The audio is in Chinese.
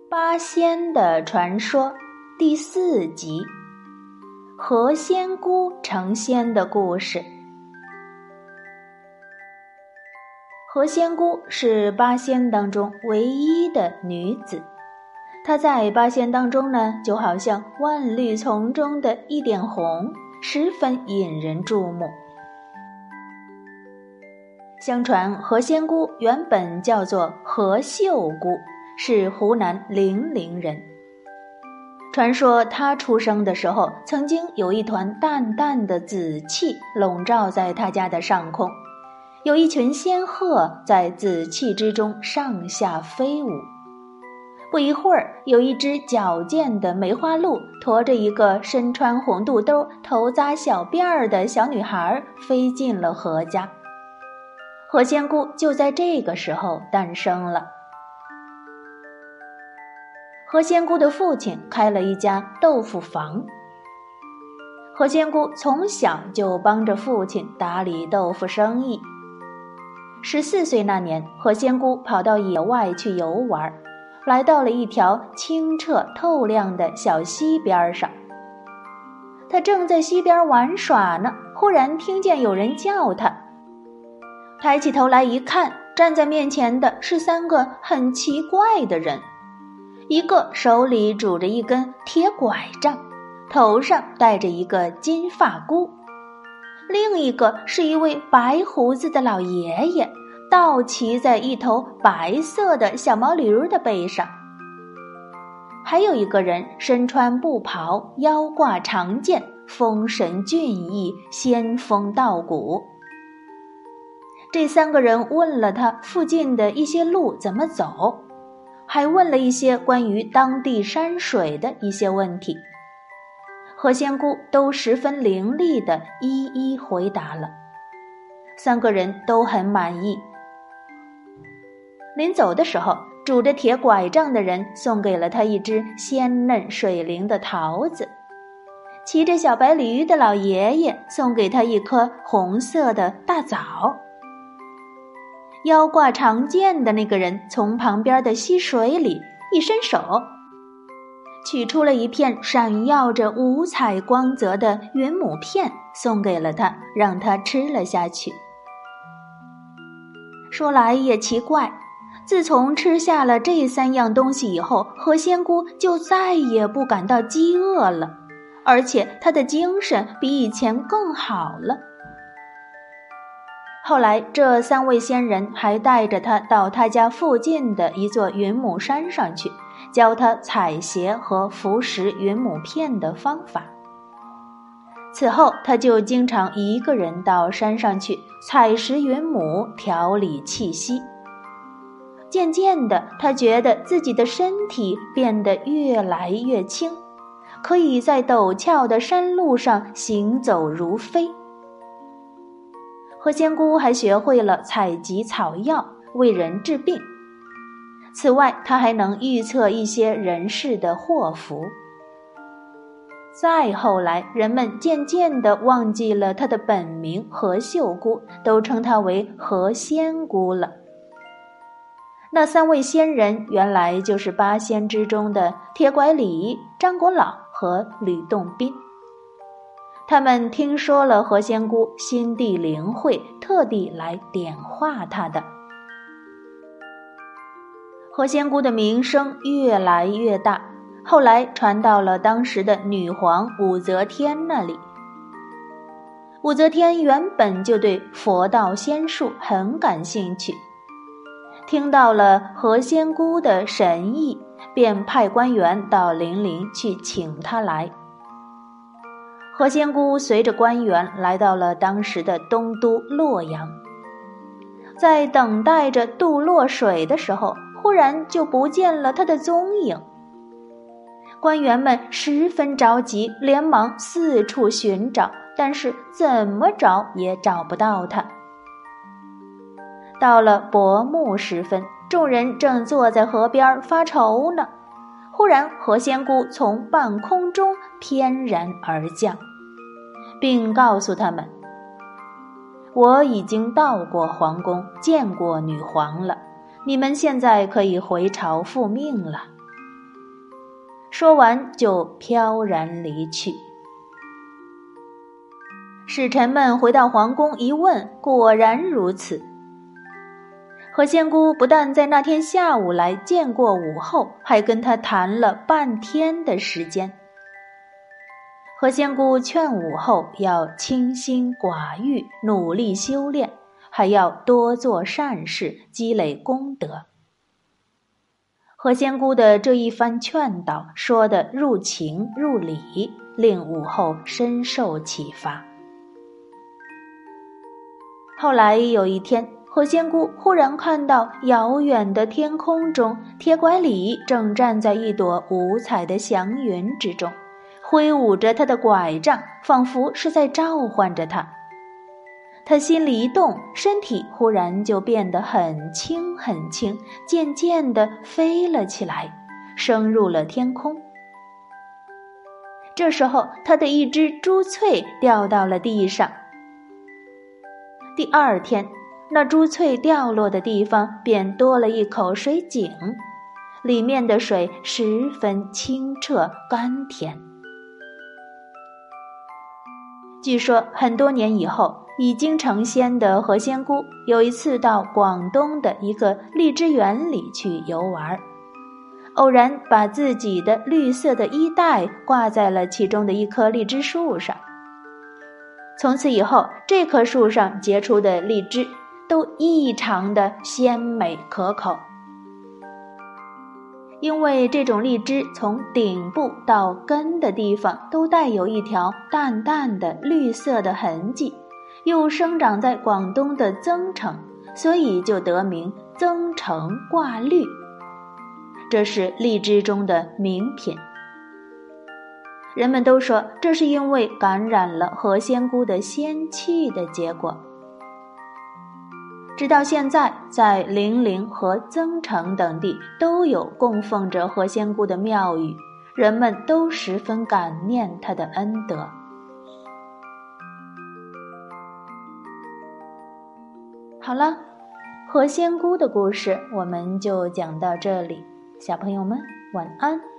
八仙的传说第4集，何仙姑成仙的故事。何仙姑是八仙当中唯一的女子，她在八仙当中呢，就好像万绿丛中的一点红，十分引人注目。相传何仙姑原本叫做何秀姑，是湖南零陵人。传说她出生的时候，曾经有一团淡淡的紫气笼罩在她家的上空，有一群仙鹤在紫气之中上下飞舞。不一会儿，有一只矫健的梅花鹿驮着一个身穿红肚兜、头扎小辫儿的小女孩飞进了何家。何仙姑就在这个时候诞生了。何仙姑的父亲开了一家豆腐坊，何仙姑从小就帮着父亲打理豆腐生意。14岁那年，何仙姑跑到野外去游玩，来到了一条清澈透亮的小溪边上。她正在溪边玩耍呢，忽然听见有人叫她。抬起头来一看，站在面前的是3个很奇怪的人，一个手里拄着一根铁拐杖，头上戴着一个金发箍，另一个是一位白胡子的老爷爷，倒骑在一头白色的小毛驴的背上。还有一个人身穿布袍，腰挂长剑，风神俊逸，仙风道骨。这3个人问了他附近的一些路怎么走，还问了一些关于当地山水的一些问题。何仙姑都十分伶俐地一一回答了，3个人都很满意。临走的时候，拄着铁拐杖的人送给了他一只鲜嫩水灵的桃子，骑着小白驴的老爷爷送给他一颗红色的大枣，腰挂长剑的那个人从旁边的溪水里一伸手，取出了一片闪耀着五彩光泽的云母片，送给了他，让他吃了下去。说来也奇怪，自从吃下了这3样东西以后，何仙姑就再也不感到饥饿了，而且她的精神比以前更好了。后来这3位仙人还带着他到他家附近的一座云母山上去，教他采撷和服食云母片的方法。此后他就经常一个人到山上去采食云母，调理气息。渐渐的，他觉得自己的身体变得越来越轻，可以在陡峭的山路上行走如飞。何仙姑还学会了采集草药，为人治病。此外，她还能预测一些人世的祸福。再后来，人们渐渐地忘记了她的本名何秀姑，都称她为何仙姑了。那3位仙人原来就是8仙之中的铁拐李、张果老和吕洞宾。他们听说了何仙姑心地灵慧，特地来点化她的。何仙姑的名声越来越大，后来传到了当时的女皇武则天那里。武则天原本就对佛道仙术很感兴趣，听到了何仙姑的神意，便派官员到零陵去请她来。何仙姑随着官员来到了当时的东都洛阳，在等待着渡洛水的时候，忽然就不见了她的踪影。官员们十分着急，连忙四处寻找，但是怎么找也找不到她。到了薄暮时分，众人正坐在河边发愁呢，忽然何仙姑从半空中翩然而降，并告诉他们，我已经到过皇宫，见过女皇了，你们现在可以回朝复命了。 说完就飘然离去。使臣们回到皇宫一问，果然如此。何仙姑不但在那天下午来见过武后，还跟他谈了半天的时间。何仙姑劝武后要清心寡欲，努力修炼，还要多做善事，积累功德。何仙姑的这一番劝导说得入情入理，令武后深受启发。后来有一天，何仙姑忽然看到遥远的天空中，铁拐李正站在一朵五彩的祥云之中，挥舞着他的拐杖，仿佛是在召唤着他。他心里一动，身体忽然就变得很轻很轻，渐渐地飞了起来，升入了天空。这时候，他的一只珠翠掉到了地上。第二天，那珠翠掉落的地方便多了一口水井，里面的水十分清澈甘甜。据说很多年以后，已经成仙的何仙姑有一次到广东的一个荔枝园里去游玩，偶然把自己的绿色的衣带挂在了其中的一棵荔枝树上。从此以后，这棵树上结出的荔枝都异常的鲜美可口。因为这种荔枝从顶部到根的地方都带有一条淡淡的绿色的痕迹，又生长在广东的增城，所以就得名增城挂绿。这是荔枝中的名品。人们都说这是因为感染了何仙姑的仙气的结果。直到现在，在零陵和增城等地都有供奉着何仙姑的庙宇，人们都十分感念她的恩德。好了，何仙姑的故事我们就讲到这里，小朋友们晚安。